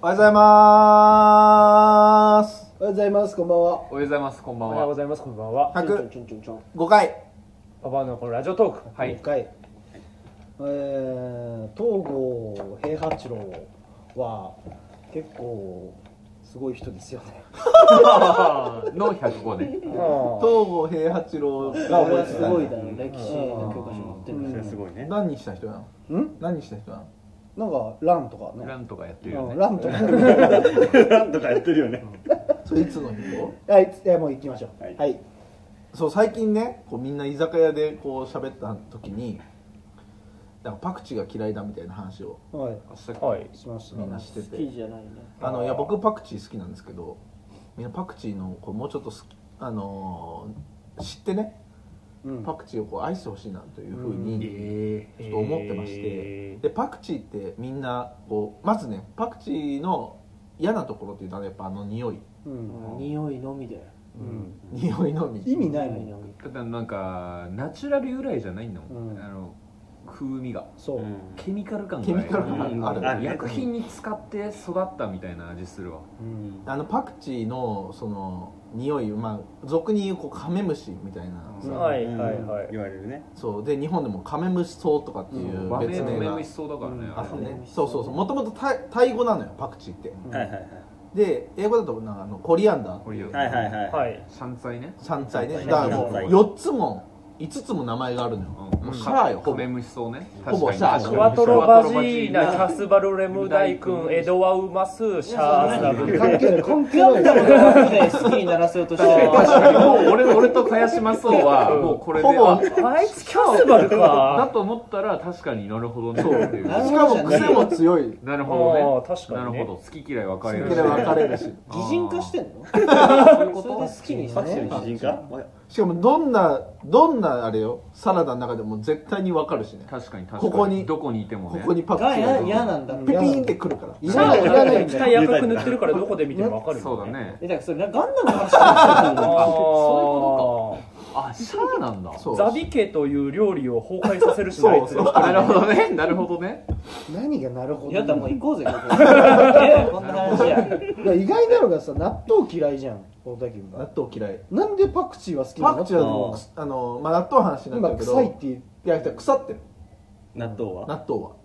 おはようございます。 おはようございます。こんばんは。 おはようございます。こんばんは。 おはようございます。こんばんは。 105回パパのこのラジオトーク。 はい。 5回。東郷平八郎は結構すごい人ですよね。 の105ね。 東郷平八郎が覚えてた。 すごいだね。歴史の教科書載ってる。 それすごいね。 何にした人なの？何にした人なの？ なんかランとかね。 ランとかやってるよね。 ランとか。 なんとかやってるよね。 それいつの人？ はい、もう行きましょう。はい。 そう最近ね、こうみんな居酒屋でこう喋った時に、なんかパクチーが嫌いだみたいな話をはい。 しました。 みんなしてて。 好きじゃないね。 いや僕パクチー好きなんですけど、みんなパクチーのこうもうちょっと知ってね。パクチーをこう愛してほしいなというふうにちょっと思ってまして、でパクチーってみんなこうまずねパクチーの嫌なところっていうのはやっぱ匂い、 匂いのみで、 匂いのみ意味ないのに。 ただなんかナチュラル由来じゃないの、風味がそう、 ケミカル感がある、薬品に使って育ったみたいな味するわ。 パクチーのその匂い、俗に言うこうカメムシみたいな、 言われるね。 そうで日本でもカメムシ草とかっていう別名がカメムシ草だからね。 あってね、そうもともとタイ語なのよパクチーって。で英語だとなんかコリアンダー、 山菜ね。 山菜ね。だからもう4つも5つも名前があるのよ。もうシャーよ。 カメムシ草ね。 ほぼシャー。 クワトロバジーナ、キャスバルレムダイ君、エドワウマス、シャースラブ。 関係ない。好きにならせようとしてる。 確かにもう俺と茅島草はもうこれであいつキャスバルかだと思ったら確かになるほどね。そうっていう。 しかも癖も強い。 なるほどね。 確かにね。 なるほど。好き嫌い分かれる。 好き嫌い分かれるし。 擬人化してんの？それで好きにパクチーの擬人化？ しかもどんなあれよ、サラダの中でも絶対に分かるしね。 確かにここにどこにいてもね。 ここにパクチーが嫌なんだ。 ピピーンってくるから。 シャーをだって液体赤く塗ってるからどこで見ても分かる。 そうだね。 だからそれガンダムの話してる。そういうことか。あ、シャーなんだ。 ザビ家という料理を崩壊させるしない。 なるほどね。なるほどね。 何がなるほど。やったもう行こうぜ。こんな話や。意外なのがさ、納豆嫌いじゃん。大竹君が納豆嫌い。 なんでパクチーは好きなの？ パクチーはもう納豆の話になってるけど。 臭いっていう。 いや腐ってる。 納豆は？ 納豆は。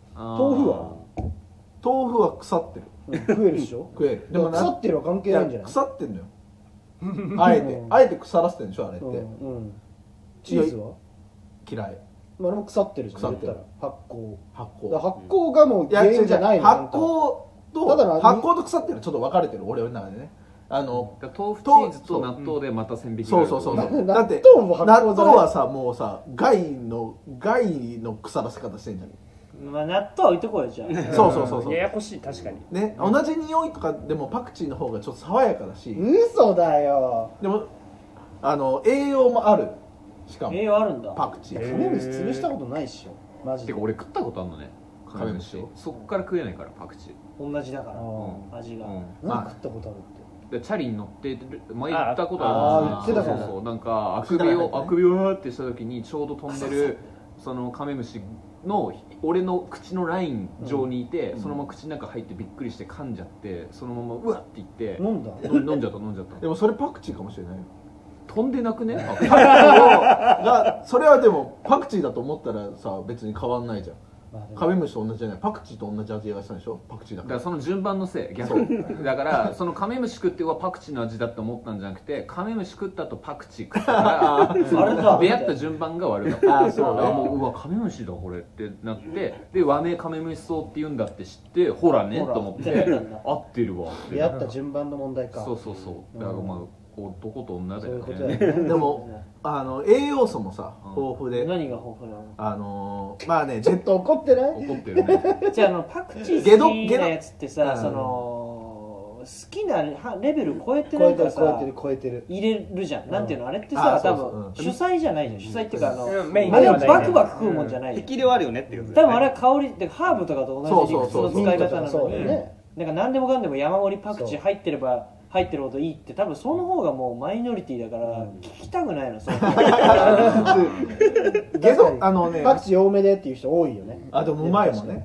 豆腐は腐ってる。 食えるでしょ？ 食える。 でも腐ってるは関係ないんじゃない？ 腐ってんのよ。あえて腐らせてるでしょあれって。 チーズは嫌い。 あれも腐ってるじゃん。 腐ってる。 発酵がもう原因じゃないの。 発酵と腐ってるちょっと分かれてる俺の中でね。 豆腐チーズと納豆でまた線引きがある。 そうだって納豆はさもうさ害の腐らせ方してんじゃん。 納豆は置いてこいよじゃあ。 そうややこしい。確かにね、同じ匂いとかでもパクチーの方がちょっと爽やかだし。 嘘だよ。 でも栄養もある。しかも栄養あるんだ。 パクチーカメムシ潰したことないっしょマジで。 てか俺食ったことあるのね、 カメムシ。 そっから食えないからパクチー同じだから味が。何食ったことあるって。 チャリに乗って前行ったことあるんですよ。そうなんかあくびをってした時にちょうど飛んでるそのカメムシの俺の口のライン上にいて、そのまま口の中入ってびっくりして噛んじゃって、そのままうわっていって飲んじゃった。 でもそれパクチーかもしれないよ。 飛んでなくね。 それはでもパクチーだと思ったらさ別に変わんないじゃん。カメムシと同じじゃない。パクチーと同じ味がしたんでしょ。パクチーだからその順番のせい。逆だからそのカメムシ食ってはパクチーの味だと思ったんじゃなくて、カメムシ食った後パクチー食ったから出会った順番が悪かった。もううわカメムシだこれってなって、で和名カメムシ草って言うんだって知って、ほらねと思って合ってるわって。 出会った順番の問題か。 そうだから男と女だよね。 でも栄養素もさ豊富で。 何が豊富なの？ まあねちょっと怒ってない？ 怒ってるね。 じゃあパクチー好きなやつってさ、その好きなレベル超えてないからさ、超えてる入れるじゃん。なんていうのあれってさ、多分主催じゃないじゃん。主催っていうかメインあれはバクバク食うもんじゃない。 適量あるよねっていうこと。 多分あれは香りでハーブとかと同じ理屈の使い方なのに、なんか何でもかんでも山盛りパクチー入ってれば入ってるほどいいって、多分その方がもうマイノリティだから聞きたくないの。そうけどパクチー多めでっていう人多いよね。 でもうまいもんね。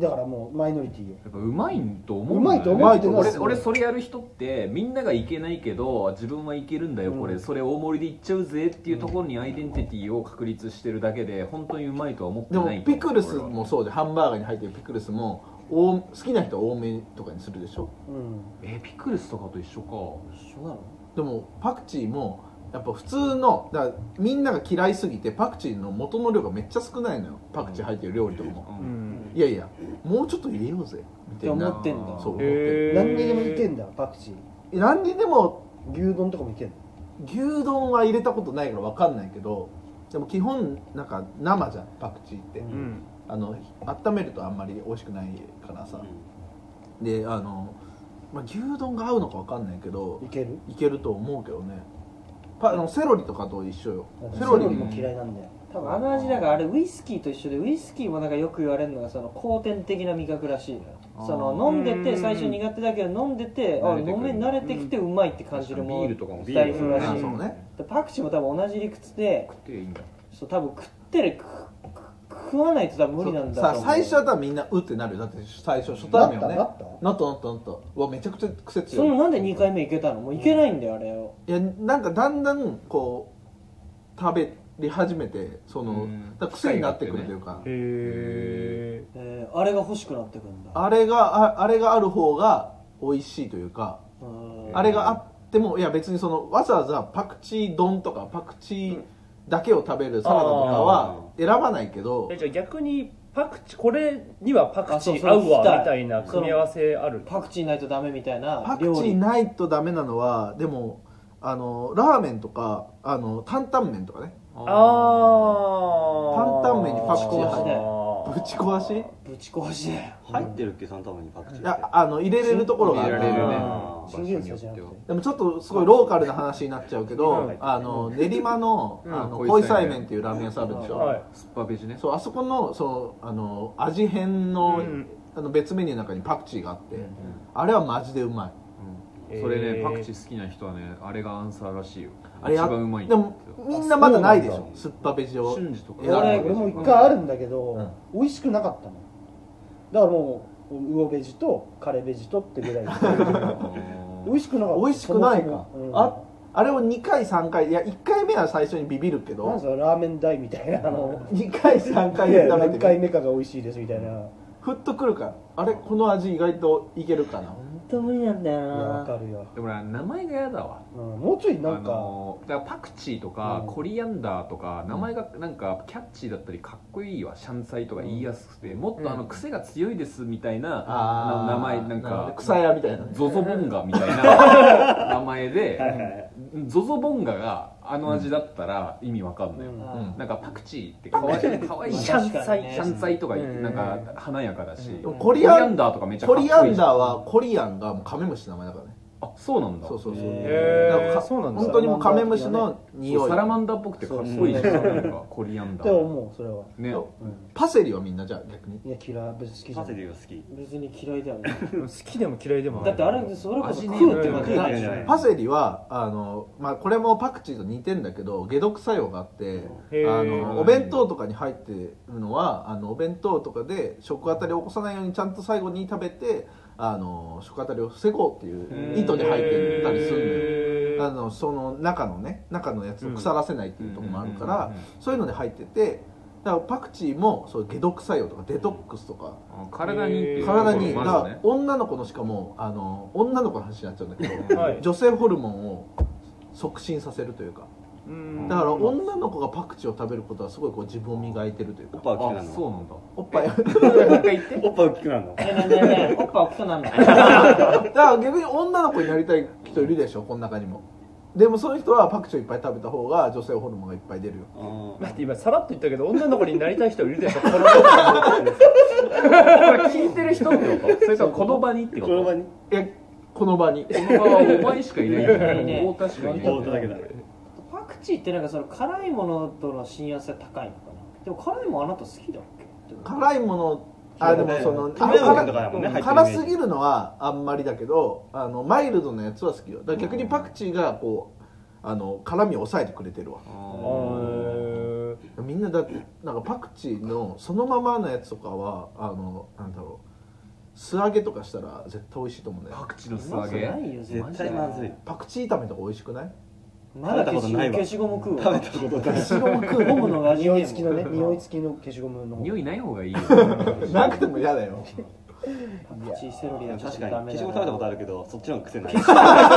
だからもうマイノリティよ。 やっぱうまいと思うんだよね。うまいと思う。 俺それやる人ってみんながいけないけど自分はいけるんだよ、これそれ大盛りでいっちゃうぜっていうところにアイデンティティを確立してるだけで本当にうまいとは思ってない。 でもピクルスもそうで、ハンバーガーに入ってるピクルスも好きな人は多めとかにするでしょ。 ピクルスとかと一緒か。 一緒なの？でもパクチーもやっぱ普通のだからみんなが嫌いすぎてパクチーの元の量がめっちゃ少ないのよ。パクチー入ってる料理とかも、いやいやもうちょっと入れようぜみたいな思ってんだ。 そう思ってる。 何にでもいけんだパクチー。 何にでも。 牛丼とかもいけんの？ 牛丼は入れたことないから分かんないけど、でも基本なんか生じゃんパクチーって、温めるとあんまり美味しくないからさ、で牛丼が合うのか分かんないけどいけると思うけどね。セロリとかと一緒よ。 セロリも嫌いなんだよ。多分あの味だからあれウイスキーと一緒で、ウイスキーもなんかよく言われるのがその後天的な味覚らしいのよ。その飲んでて最初苦手だけど飲んでて慣れてきてうまいって感じるものスタイルらしい。パクチーも多分同じ理屈でそう多分食わないと多分無理なんだと思う。 最初は多分みんなうってなるよ。だって最初初対面はねなったわめちゃくちゃ癖強い。 そのなんで2回目いけたの？もういけないんだよあれを。 いやなんかだんだんこう食べり始めてその癖になってくるというか、 あれが欲しくなってくるんだ。 あれがある方が美味しいというか、あれがあってもいや別にそのわざわざパクチー丼とかパクチーだけを食べるサラダとかは選ばないけど、 じゃあ逆にパクチーこれにはパクチー合うわみたいな組み合わせある？ パクチーないとダメみたいな。 パクチーないとダメなのはでもラーメンとか担々麺とかね。担々麺にパクチー入ってぶち壊し入ってるっけ担々麺にパクチー。 いや入れれるところがある。でもちょっとすごいローカルな話になっちゃうけど、練馬の恋西麺っていうラーメン屋さんあるでしょ。 スッパベジね。 そうあそこの味変の別メニューの中にパクチーがあって、あれはマジでうまい。 それねパクチー好きな人はねあれがアンサーらしいよ。 あれ一番うまい。でもみんなまだないでしょスッパベジを。 俺も一回あるんだけど美味しくなかったの。だからもう魚ベジとカレベジとってぐらい美味しくなかった。 美味しくないか。あれを2回3回いや1回目は最初にビビるけど、 なんかラーメン代みたいな 2回3回で食べて何回目かが美味しいですみたいなふっとくるから、あれこの味意外といけるかな。 本当無理なんだよな。わかるよ。 でも名前が嫌だわ。 もうちょいなんかだからパクチーとかコリアンダーとか名前がなんかキャッチーだったりかっこいいわ。シャンサイとか言いやすくて、もっと癖が強いですみたいな名前、なんか草屋みたいなゾゾボンガみたいな名前でゾゾボンガがあの味だったら意味わかんないよ。なんかパクチーってかわいいシャンサイとかなんか華やかだし、コリアンダーとかめっちゃかっこいい。 コリアンダーはコリアンがもうカメムシの名前だからね。 あ、そうなんだ。 そうそうそう。 そうなんだ。 本当にもうカメムシの匂い。 サラマンダーっぽくてかっこいいじゃん。なんかコリアンダー。 って思うそれは。 ね。 パセリはみんなじゃあ逆に。 いや嫌い、別に好きじゃん。 パセリが好き。 別に嫌いだよね。 好きでも嫌いでも。 だってあれそれこそ食うってわけないでしょ。 パセリはまあこれもパクチーと似てんだけど解毒作用があって、お弁当とかに入ってるのはお弁当とかで食当たりを起こさないようにちゃんと最後に食べて食当たりを防ごうっていう意図で入ってたりするのよ。その中のやつを腐らせないっていうところもあるから、そういうので入ってて、だからパクチーもそう解毒作用とかデトックスとか体にだから女の子のしかも女の子の話になっちゃうんだけど、女性ホルモンを促進させるというか、だから女の子がパクチーを食べることはすごいこう自分を磨いてるというか。 おっぱい大きくなるの？ そうなんだ。 おっぱいおっぱい大きくなるの？ おっぱい大きくなるの？ だから逆に女の子になりたい人いるでしょこの中にも。でもその人はパクチーをいっぱい食べた方が女性ホルモンがいっぱい出るよ。 待って今さらっと言ったけど女の子になりたい人いるでしょ。これ聞いてる人ってこと？それともこの場にってこと？ この場に？ この場に。 この場はお前しかいないんだよ。太田しかいない。 太田だけだ。 パクチーってなんかその辛いものとの親和性高いのかな。でも辛いもんあなた好きだっけ？ 辛いものでもその辛すぎるのはあんまりだけどマイルドなやつは好きよ。だから逆にパクチーがこう辛みを抑えてくれてるわ。 みんなだってなんかパクチーのそのままのやつとかはなんだろう素揚げとかしたら絶対美味しいと思うんだよ。 パクチーの素揚げ絶対まずい。 パクチー炒めとか美味しくない？ まだ消しゴム食うわ。 食べたことない。 消しゴム食うゴムの味匂い付きのね、匂い付きの消しゴムの匂いない方がいいよなくても嫌だよ。 パクチーセロリは確かに消しゴム食べたことあるけどそっちの方が癖ない。 人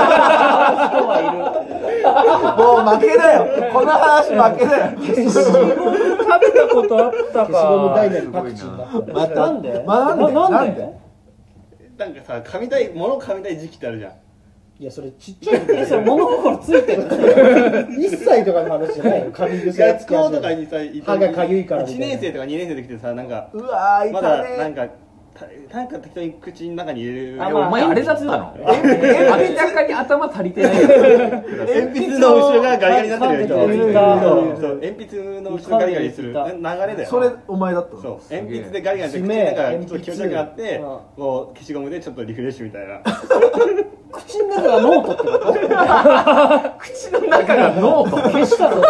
はいもう負けだよ。この話負けだよ。 消しゴム食べたことあったか。 消しゴム代々パクチーになったまたなんでなんでなんかさ噛みたい時期ってあるじゃん。 いやそれちっちゃい時る。それ物心ついてる。 1歳とかの話じゃないよ。噛み癖がつき学校と始めるかにさ歯がかゆいからみたい 1 な年生とか2年生で来てさなんかうわーま痛ねだなんか適当に口の中に入れる。 お前あれだったの？明らかに頭足りてないやつ。 鉛筆の後ろがガリガリになってる人。 いたそう鉛筆の後ろガリガリする流れだよ。 それお前だったの？ そう鉛筆でガリガリして口の中がちょっと気持ち悪くなってこう消しゴムでちょっとリフレッシュみたいな。 口の中がノートってこと？ 口の中がノート消したぞ。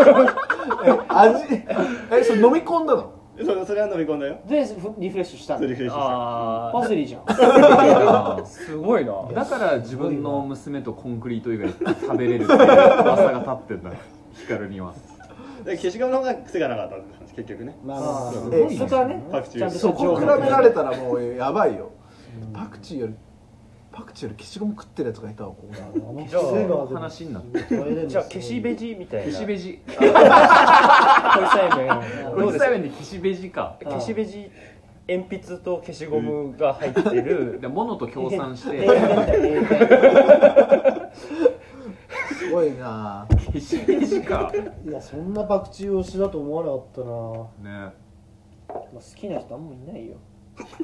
それ飲み込んだの？ それは飲み込んだよ。 でリフレッシュしたんだ。 リフレッシュした。 パセリじゃん。 すごいな。 だから自分の娘とコンクリート以外食べれるっていう噂が立ってんだヒカルには。 消しゴムの方が癖がなかったんです結局ね。 まあまあそこはねパクチーちゃんとそこ比べられたらもうやばいよ。パクチーより消しゴム食ってるやつがいたわここに。 じゃあ話になってじゃあ消しベジみたいな。 消しベジこれさえ麺。 これさえに消しベジか。 消しベジ鉛筆と消しゴムが入ってる。 で物と協賛してすごいな。 消しベジかいやそんなパクチー推しだと思わなかったな。 ね。 まあ好きな人あんまいないよ。